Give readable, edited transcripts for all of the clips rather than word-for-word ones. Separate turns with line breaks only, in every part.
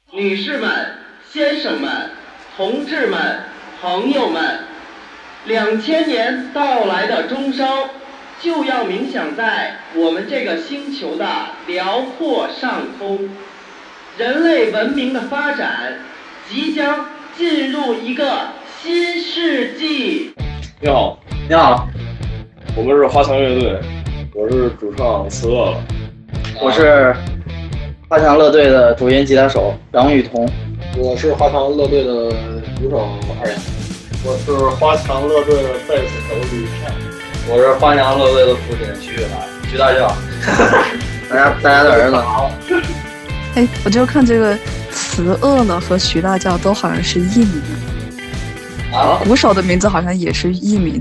女士们、先生们、同志们、朋友们，2000年到来的钟声，就要冥想在我们这个星球的辽阔上空。人类文明的发展即将进入一个新世纪。
你好，
你好，
我们是花墙乐队，我是主唱慈乐了，
我是花墙乐队的主音吉他手杨雨桐，
我是花墙乐队的鼓手二阳，
我是花墙乐队的贝斯手吕倩，
我是花墙乐队的父亲徐大将，
大家的儿子。
哎，我就看这个慈恶了和徐大教都好像是艺名
啊，
鼓手的名字好像也是艺名，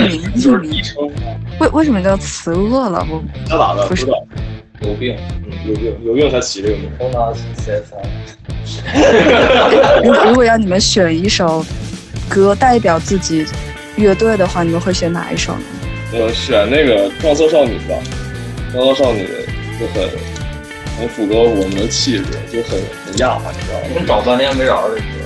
为什么叫慈恶了？我
他咋的？
不是
有病，
有病才起这个名。
头脑写三。
如果要你们选一首歌代表自己乐队的话，你们会选哪一首呢？
选那个撞色少女吧，撞色少女就很符合我们的气质，就很亚嘛，你知道吗？
我们找半天没找着这歌。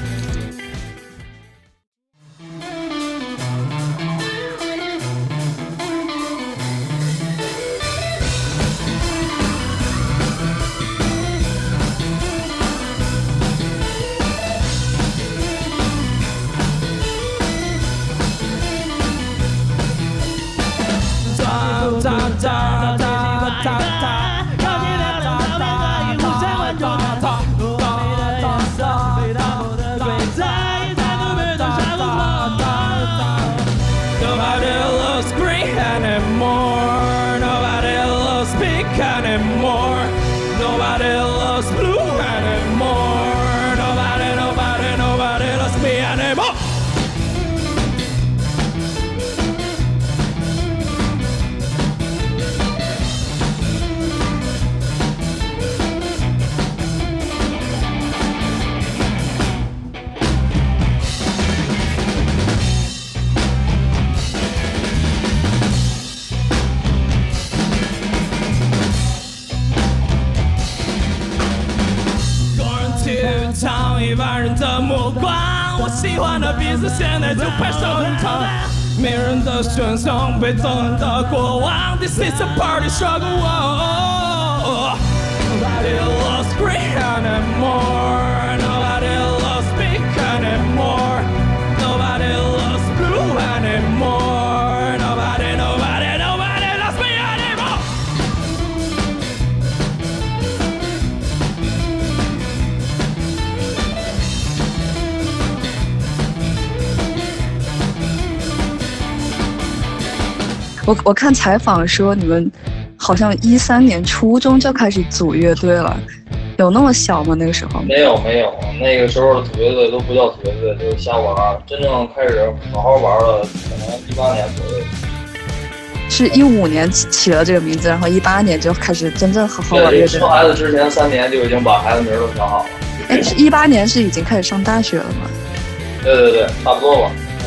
一万人的目光，我喜欢的彼此现在就拍手很疼，迷人的选项被憎恨的过往 This is a party struggle Nobody loves green anymore Nobody loves pink anymore Nobody loves blue anymore Nobody loves me anymore
我看采访说你们好像13年初中就开始组乐队了，有那么小吗？那个时候
没有，那个时候组乐队都不叫组乐队，就是瞎玩。真正开始好好玩了，可能18年左右。
是15年起了这个名字，然后18年就开始真正好好玩乐队。
生孩子之前3年就已经把孩子名都想好了。
哎，是18年是已经开始上大学了吗？
对，差不多吧。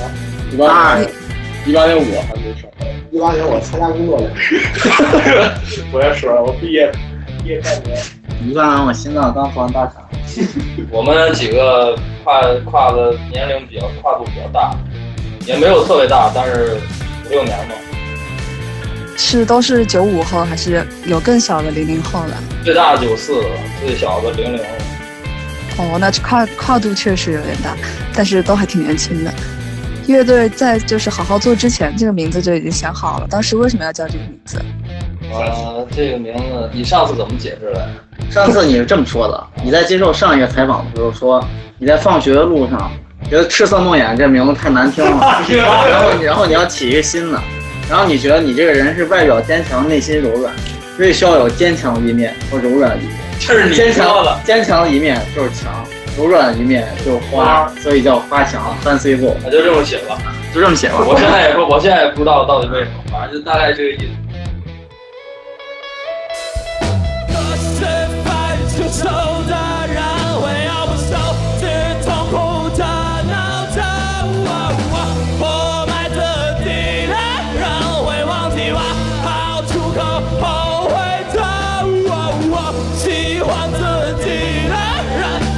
18年我还没上
，18年我参加工作了。
我也是，我毕业半年。
18年我心脏刚放大肠。
我们几个跨的年龄跨度比较大，也没有特别大，但是5、6年吧。
都是95后，还是有更小的00后的？
最大的94了，最小的00了。
哦，那跨度确实有点大，但是都还挺年轻的。乐队在就是好好做之前，这个名字就已经想好了。当时为什么要叫这个名字？
这个名字你上次怎么解释的？
上次你是这么说的，你在接受上一个采访的时候说，你在放学的路上觉得赤色梦魇这名字太难听了，然后你要起一个新的，然后你觉得你这个人是外表坚强，内心柔软，所以需要有坚强的一面和柔软的一面。
这是你说的。
坚强的一面就是墙，柔软的一面就是花，所以叫花墙 Fancy Go。
那就这么写吧，
就这么写吧。
我现在也不知道到底为什么，反正就大概这个意思。
受的人会要不受是痛苦的闹钟，破败的地的人会忘记挖好出口后悔的，喜欢自己的人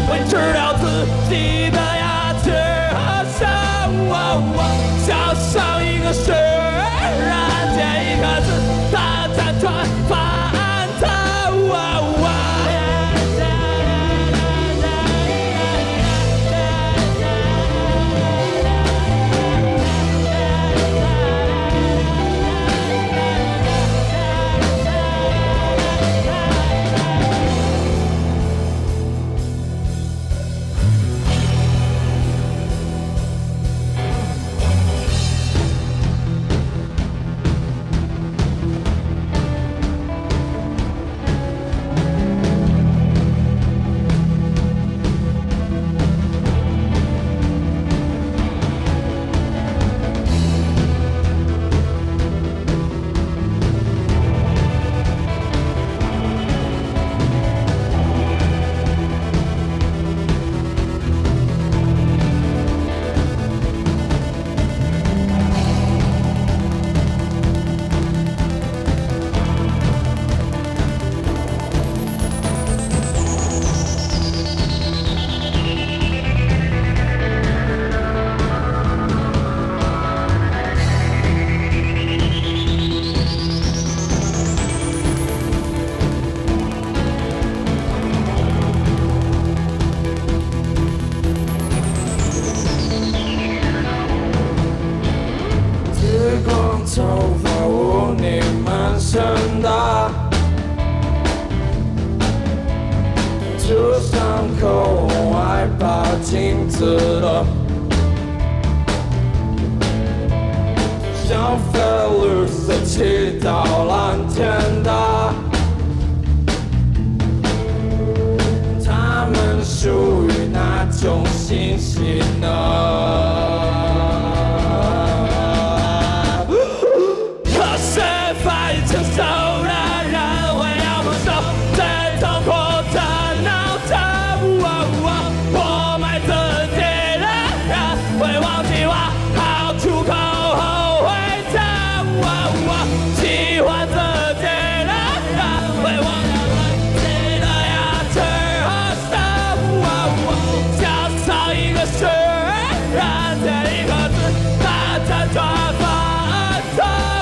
伤口害怕镜子的，像飞绿色祈祷蓝天的，它们属于哪种星系呢？可是发现成熟的人会要不受最痛苦的闹钟，破坏自己的人会忘记挖好出口后悔的，喜欢自己的人会忘掉自己的牙齿和手，加上一个是人的一个字，它在转发而走。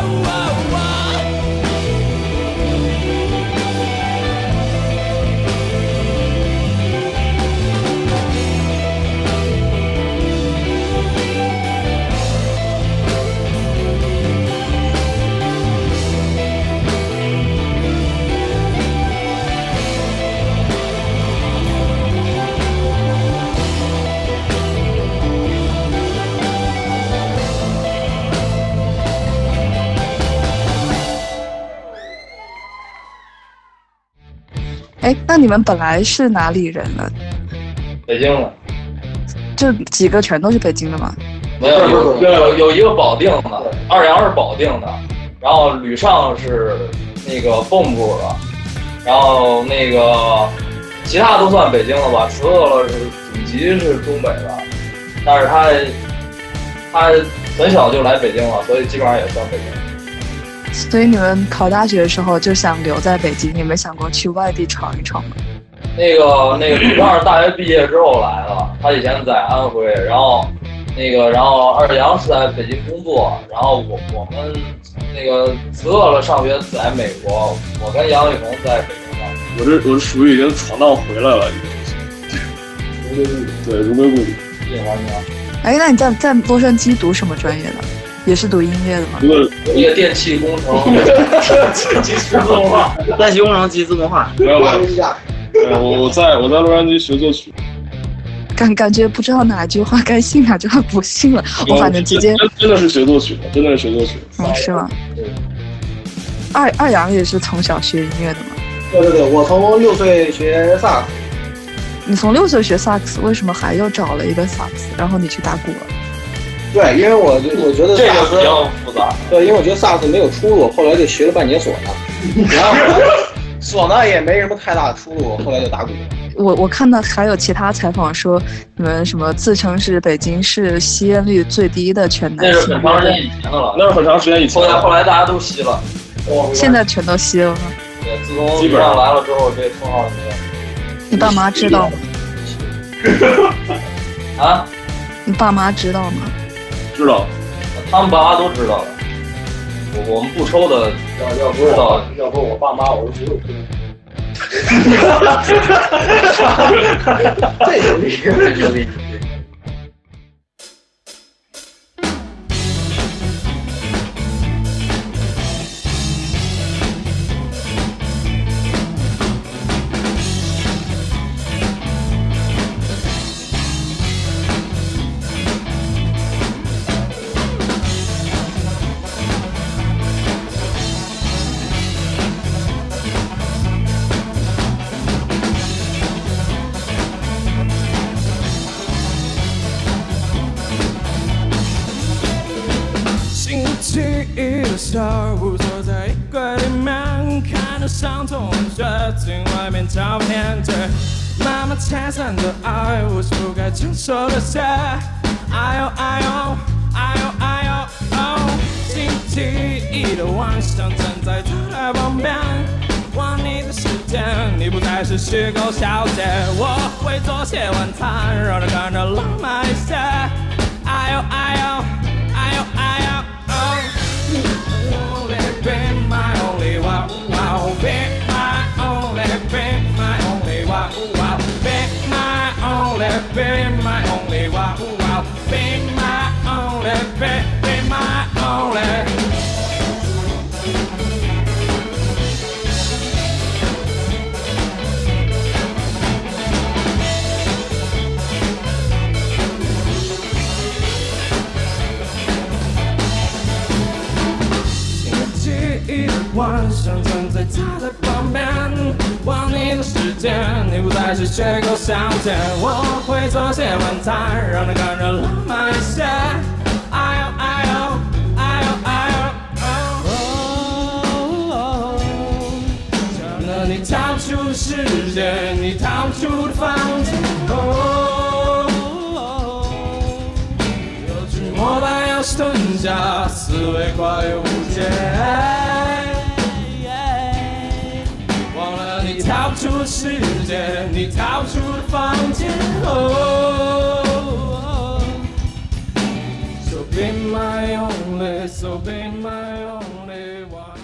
哎，那你们本来是哪里人呢？
北京的，
这几个全都是北京的吗？
没有一个保定的，二阳是保定的，然后吕尚是那个蚌埠的，然后那个其他都算北京的吧。慈乐了是祖籍是东北的，但是他很小就来北京了，所以基本上也算北京。
所以你们考大学的时候就想留在北京，你没想过去外地闯一闯吗？
那个吕尚是大学毕业之后来的，他以前在安徽，然后二阳是在北京工作，然后我们那个慈乐了上学在美国，我跟杨雨桐在北京上学。
我这属于已经闯荡回来了，已经。对，如归故里。
哎，那你在洛杉矶读什么专业的？也是读音乐的吗？
一个电气工程，机自动化，
电气工程机自动化。
没有。我在洛杉矶学作曲。
感觉不知道哪句话该信，哪句话不信了。我反正直接
真的是学作曲的，真的是学作曲。
是吗？二阳也是从小学音乐的吗？
对，我从6岁学萨克斯。
你从6岁学萨克斯，为什么还又找了一个萨克斯，然后你去打鼓了？
对，因为我觉得
这个比较复杂。
对，因为我觉得萨克斯没有出路，后来就学了半年唢呐，然后唢呐也没什么太大的出路，后来就打鼓。
我看到还有其他采访说，你们什么自称是北京市吸烟率最低的全男性。
那是很长时间以前的了。
那是很长时间以前。
后来大家都吸了。
现在全都吸了吗？
对，自从基本上来了之后，这称号没有。
你爸妈知道吗？
啊？
你爸妈知道吗？
知道。
他们爸妈都知道的。我们不抽的，要不是我爸妈，我都不会抽。
这牛逼，这牛逼！
我坐在衣柜里面，看着相同决定外面照片着妈妈拆散的爱，我是不该承受的些。哎呦哎呦哎呦哎呦哦，星期一的晚上站在他的旁边，望你的时间，你不再是虚构小姐，我会做些晚餐，让它看着浪漫一些。哎呦哎呦哎呦哎呦哦。Be my only wow wow, be my only, be my only wow wow, be my only, be my only wow wow, be my only, be my only.
我
还是缺口相见？我会做些晚餐，让你感觉浪漫一些。哎呦哎呦哎呦哎呦，想让你逃出世界，你逃出房间。有句膜拜要是吞下，思维跨越无界。忘了你逃出世界，你逃出了房间。So be my only, so be my only one。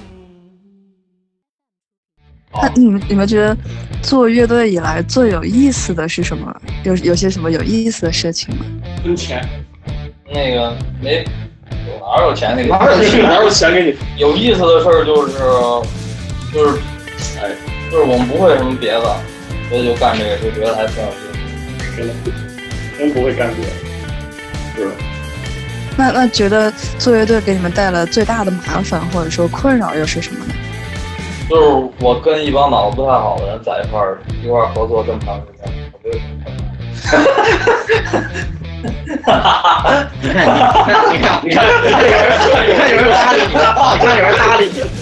那你们觉得做乐队以来最有意思的是什么？有些什么有意思的事情吗？
分钱，
那个没，哪有钱那个？
哪有钱给你？
有意思的事儿就是，哎，就是我们不会什么别的，所以就干这个，就觉得还挺有意思。
真的，真不会干别的。是。
那觉得做乐队给你们带来最大的麻烦或者说困扰又是什么呢？
就是我跟一帮脑子不太好的人在一块儿合作这么长时间，我觉得
你看有人搭理你，看有人搭理你。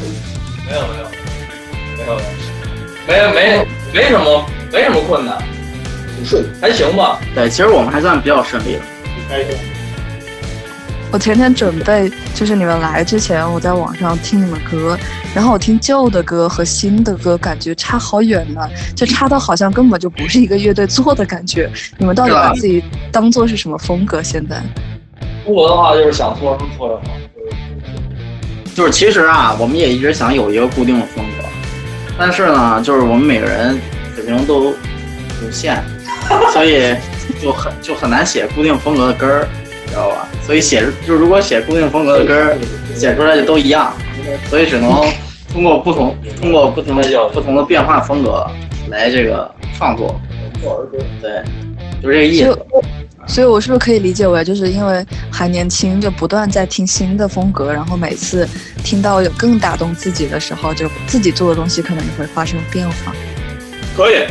没什么困难，
很顺，
还行吧。
对，其实我们还算比较顺利的。
你开心。
我前天准备就是你们来之前，我在网上听你们歌，然后我听旧的歌和新的歌，感觉差好远呢，就差到好像根本就不是一个乐队做的感觉。你们到底把自己当做是什么风格？现在？
我的话就是想做什么做什么，
就是其实啊，我们也一直想有一个固定的风格，但是呢，就是我们每个人水平都有限，所以就很难写固定风格的歌儿。知道吧？所以就如果写固定风格的歌，写出来就都一样，所以只能通过不同的变化风格来这个创作。对，就是这个意思。
所以我是不是可以理解为，就是因为还年轻，就不断在听新的风格，然后每次听到有更打动自己的时候，就自己做的东西可能也会发生变化。
可以。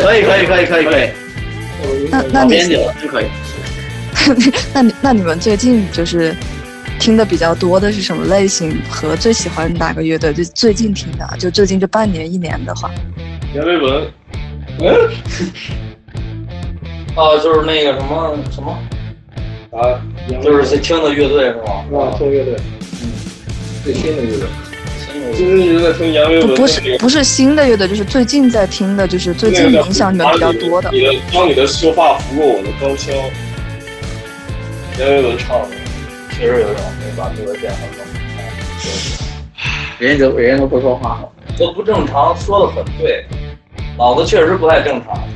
那你
编辑了就可以。
那你们最近就是听的比较多的是什么类型？和最喜欢哪个乐队？就最近听的，就最近这半年、1年的话。
阎维文，
就是那个什么
啊，
就是听的乐队是吗？
啊，听乐队，最新的乐队。
最近一直在听阎维文。
不是新的乐队，就是最近在听的，就是最近影响你们比较多的。
当你的秀发拂过我的高跷。阎维文唱的，
确实有一种可以把这个变很正
常。人家都不说话了，
都不正常，说的很对，脑子确实不太正常。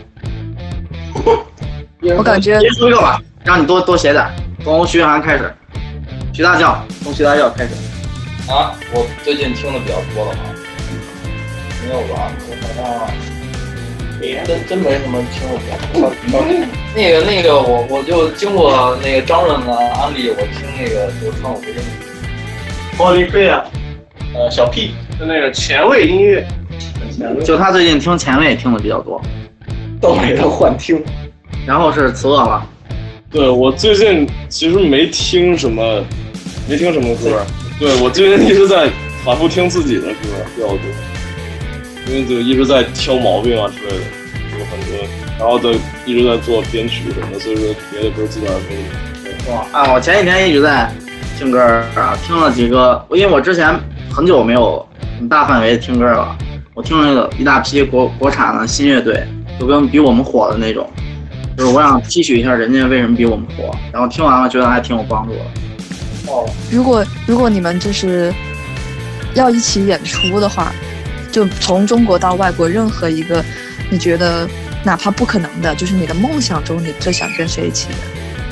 我感觉。
别说这个吧，让你多写点，从徐涵开始，从徐大教开始。
啊，我最近听的比较多的话，没有吧？我好像真没什么听的比较多。那个我就经过那个张润的安利，我听那个就是创作音乐。
奥利费啊，小 P 就那个前卫音乐，
就他最近听前卫听的比较多，
都给他幻听。
然后是词恶吧？
对，我最近其实没听什么歌，对我最近一直在反复听自己的歌比较多，因为就一直在挑毛病啊之类的，有很多，然后一直在做编曲什么的，所以说别的歌自然没有。
我前几天一直在听歌啊，听了几个，因为我之前很久没有很大范围的听歌了，我听了一大批国产的新乐队，就跟比我们火的那种，就是我想提取一下人家为什么比我们火，然后听完了觉得还挺有帮助的。
如果你们就是要一起演出的话，就从中国到外国任何一个你觉得哪怕不可能的，就是你的梦想中你最想跟谁一起演？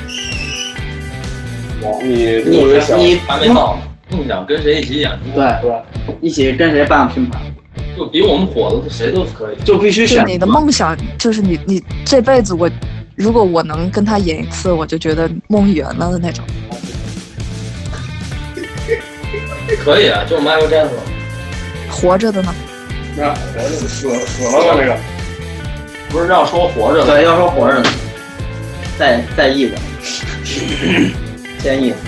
你还没到梦想跟谁一起演出？
对，一起跟谁办拼盘？
就比我们火的谁都可以，
就必须选。
你的梦想就是你这辈子如果我能跟他演一次，我就觉得梦圆了的那种。
可以啊，就 Michael Jackson。
活着的呢？
那死了吧那个？
不是要说活着的，
对，要说活着的，在意的，建议。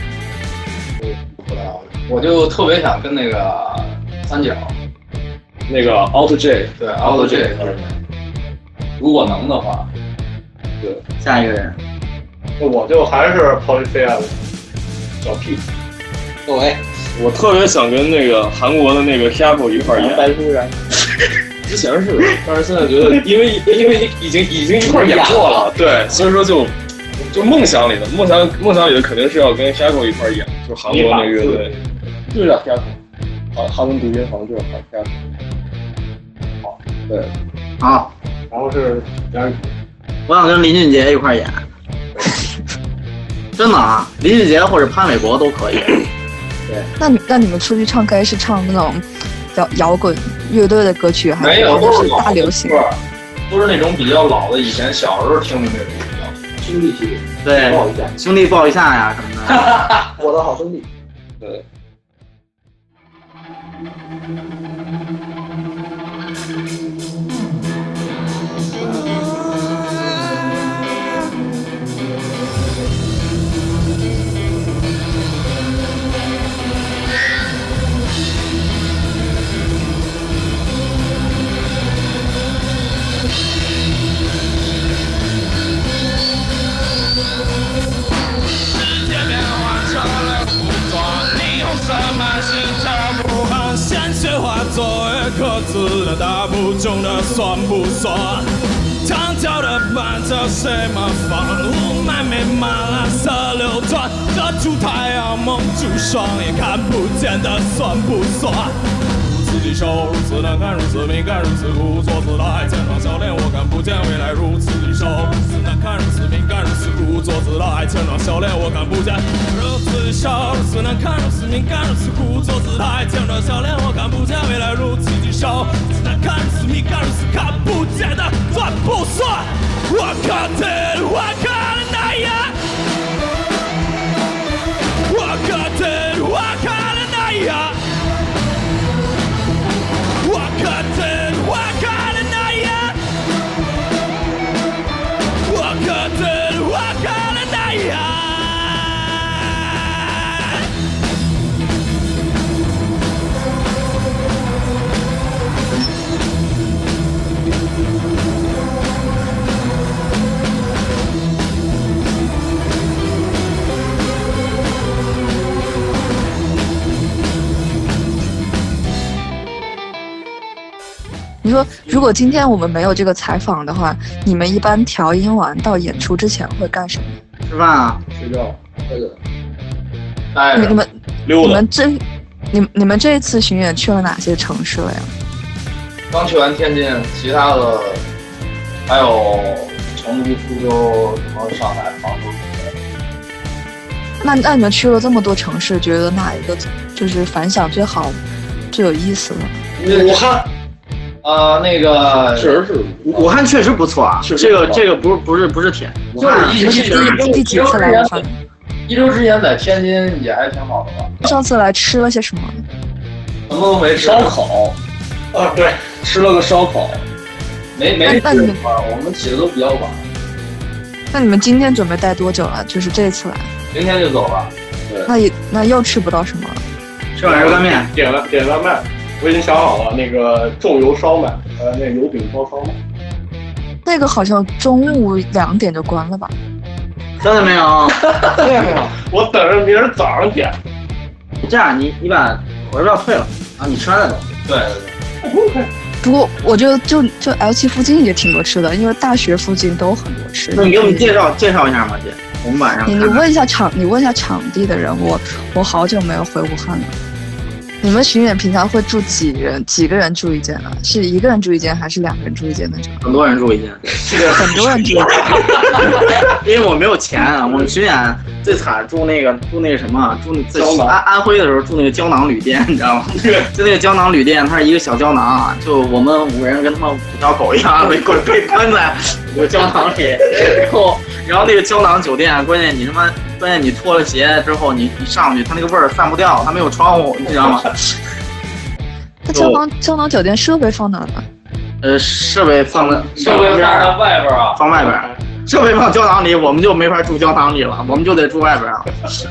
我就特别想跟那个三角，
那个 Auto J，
对 Auto J， 如果能的话，
对，
下一个人，
我就还是 Polyphia 小 P。
对，
我特别想跟那个韩国的那个 Hyako 一块演。
白书人，
之前是，但是现在觉得，因为已经一块演过了，对，所以说就梦想里的肯定是要跟 Hyako 一块演，就韩国那个乐队，就叫 Hyako， 韩文读音好像就是 Hyako。好，对，
好，
然后是
我想跟林俊杰一块演，真的啊，林俊杰或者潘玮柏都可以。对，
那你们出去唱 K 是唱那种摇滚乐队的歌曲，还
没有，
都是大流行？
都是那种比较老的，以前小时候听的那种兄弟系列，
对，
抱一下，
兄弟抱一下呀什么的。
我的好兄弟。
对。
自然大不中的算不算？长条的伴着谁模仿？雾霾弥漫，蓝色流转，遮住太阳，蒙住双眼，看不见的算不算？如此棘手，如此难看，如此敏感，如此故作自来，千双笑脸，我看不见未来。如此棘手，如此难看，如此敏感，如此故作自来，千双笑脸，我看不见。如此棘手，如此难看，如此敏感，如此故作自来，千双笑脸，我看不见未来。如此棘手，如此难看，如此敏感，如此看不见的算不算？我看见，我看的那样，我看见，我看的那样。我看见，我看的那样，我看见，我看的那样。
你说，如果今天我们没有这个采访的话，你们一般调音完到演出之前会干什么？
吃饭啊，
睡觉，
喝酒，待着。
你们这一次巡演去了哪些城市了呀？
刚去完天津，其他的还有成都、苏州、什么上海、杭州。
那你们去了这么多城市，觉得哪一个就是反响最好、最有意思的？
武汉。
那个
确实是
武汉确实不错啊，这个不是铁，
就是
第几次来武汉？
一周之前在天津也还挺好的吧。
上次来吃了些什么？
什么都没吃。
烧烤。
对，
吃了个烧烤。
没吃。我们起的都比较晚。
那你们今天准备待多久了？就是这次来。
明天就走了。
对。
那又吃不到什么了？
吃碗热干面，
点外卖。我已经想好了，那个重油烧麦，那个油饼包烧麦。
那个好像中午2点就关了吧？
真的没有？
真的没有。我等着明儿早上点。
这样，你把火车票退了，然后你吃完再走。
对。
不用退。
不过我觉得就 L7附近也挺多吃的，因为大学附近都很多吃。
那你给我们介绍一下嘛，姐。我们晚上
你问一下场地的人，我好久没有回武汉了。你们巡演平常会住几个人住一间呢？是一个人住一间，还是2个人住一间那种？
很多人住一间，
很多人住一間。
因为我没有钱啊。我们巡演最惨住那个什么，住安徽的时候住那个胶囊旅店，你知道吗？就那个胶囊旅店，它是一个小胶囊，就我们5个人跟他们5条狗一样被关在一个胶囊里，然后那个胶囊酒店，关键你脱了鞋之后，你上去，它那个味儿散不掉，它没有窗户，你知道吗？
它胶囊酒店设备放哪呢？
设备放在
外边啊，
放外边，设备放胶囊里，我们就没法住胶囊里了，我们就得住外边啊。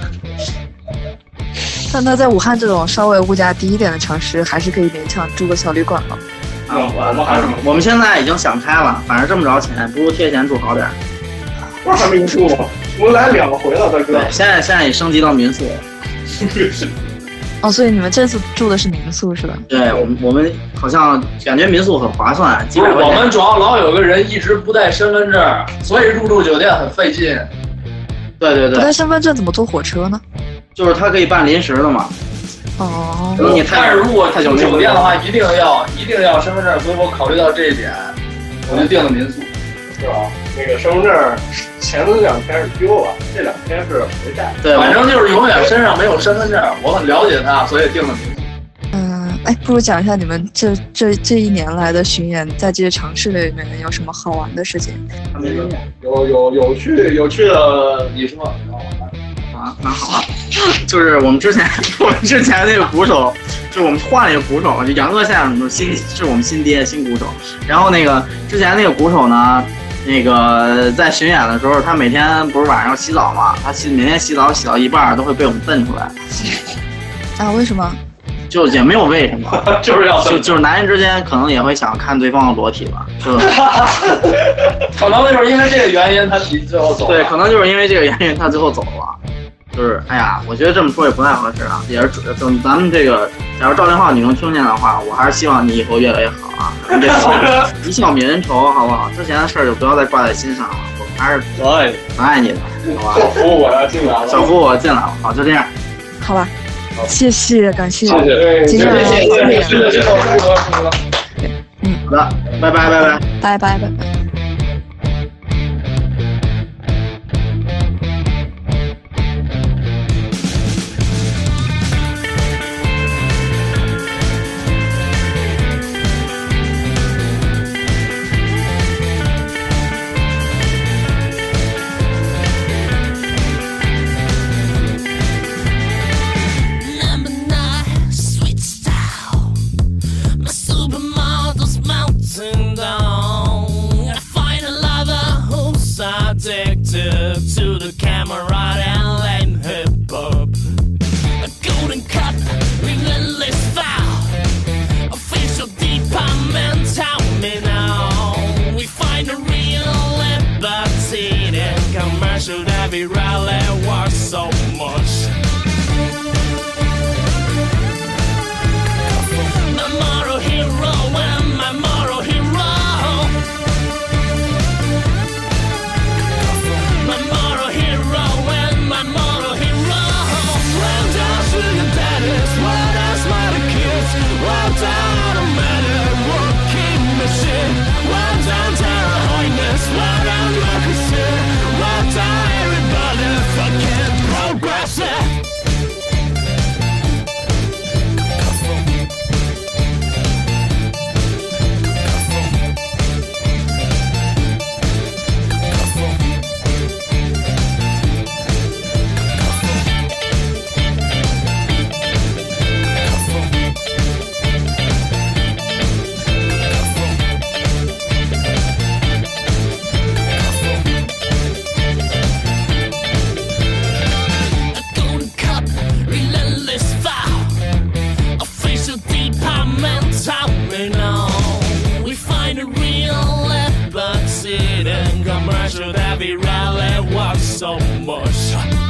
但他在武汉这种稍微物价低一点的城市，还是可以勉强住个小旅馆了。
我们现在已经想开了，反正这么着钱，不如贴钱住好点。
我还没住，我们来2回了，大哥。
对，现在也升级到民宿了。
哦，所以你们这次住的是民宿是吧？
对，我们好像感觉民宿很划算，
不是，我们主要老有个人一直不带身份证，所以入住酒店很费劲。
对，
不带身份证怎么坐火车呢？
就是他可以办临时的嘛。
哦。
但是如果住酒店的话，一定要身份证，所以我考虑到这一点，我就订了民宿。
是吧？那个身份证前2天是丢了，这2天是回带。
对，
反正就是永远身上没有身份证，我很了解他，所以订了民宿。
不如讲一下你们这一年来的巡演，在这些城市里面有什么好玩的事情？
有趣的，
你说
啊，蛮好。就是我们之前那个鼓手，就是我们换了一个鼓手，就杨哥先生是我们新爹新鼓手。然后那个之前那个鼓手呢，那个在巡演的时候，他每天不是晚上洗澡嘛，他每天洗澡洗到一半都会被我们瞪出来。
啊？为什么？
就也没有为什么，
就是
男人之间可能也会想看对方的裸体吧，
可能就是因为这个原因他最后走了。
对，可能就是因为这个原因他最后走了。就是哎呀，我觉得这么说也不太合适啊，也是等咱们这个，假如赵令浩你能听见的话，我还是希望你以后越来越好啊，咱们这一笑泯恩仇，好不好？之前的事儿就不要再挂在心上了，我们还是很爱你的，好吧？
小福我要进来了，
小福我进来了，好，就这样，
好吧。谢谢，感谢，
谢
今天
好的，拜拜。
Addicted to the camera and lame hip hop. A golden cup, relentless foul. Official department, tell me now. We find the real liberty in commercial that we rarely watch so much. My moral hero and my moral hero. My moral hero and my moral hero. Well down to your daddies, well down smarter kids, well down automatic working machine, well down terror holiness, well down democracy, well down everybody fucking progressive. Commercial that we rarely watch so much.